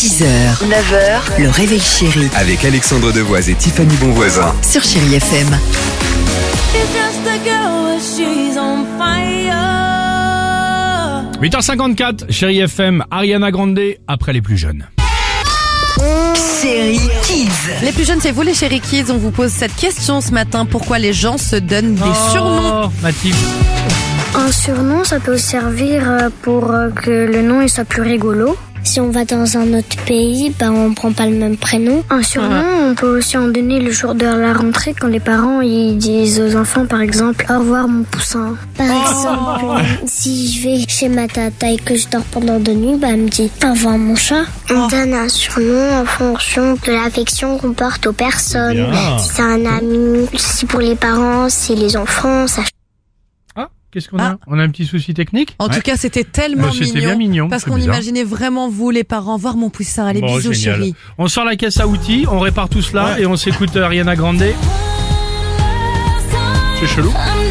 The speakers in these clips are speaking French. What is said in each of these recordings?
6h, 9h, le réveil chéri Avec Alexandre Devoise et Tiffany Bonvoisin. sur Chéri FM. She's just a girl, but she's on fire. 8h54, Chéri FM, Ariana Grande, après les plus jeunes. Chéri Kids. Les plus jeunes, c'est vous les chéri kids. On vous pose cette question ce matin. Pourquoi les gens se donnent des surnoms? Oh, Mathilde. Un surnom, ça peut servir pour que le nom il soit plus rigolo. Si on va dans un autre pays, on prend pas le même prénom. Un surnom, on peut aussi en donner le jour de la rentrée quand les parents ils disent aux enfants, par exemple, au revoir mon poussin. Par exemple, si je vais chez ma tata et que je dors pendant 2 nuits, elle me dit au revoir mon chat. On donne un surnom en fonction de l'affection qu'on porte aux personnes. Bien. Si c'est un ami, si pour les parents, c'est les enfants, ça. Ah, qu'est-ce qu'on a? Ah. On a un petit souci technique? En tout cas, c'était tellement C'était mignon. bien mignon, Parce c'est qu'on bizarre. imaginait vraiment vous, les parents, voir mon poussin. Allez, Bon, bisous, génial. chérie. On sort la caisse à outils, on répare tout cela et on s'écoute Ariana Grande. C'est chelou.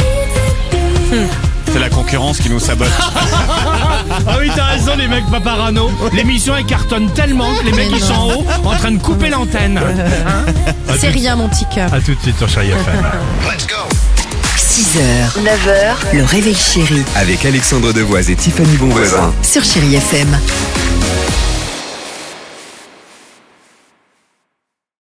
C'est la concurrence qui nous sabote. Ah oui, t'as raison, les mecs paparano. L'émission elle cartonne tellement que les mecs ils sont en haut en train de couper l'antenne. C'est rien, mon petit cœur. A tout de suite sur Chéri FM. 6h, 9h, le réveil chéri Avec Alexandre Devoise et Tiffany Bonvoisin. sur Chéri FM.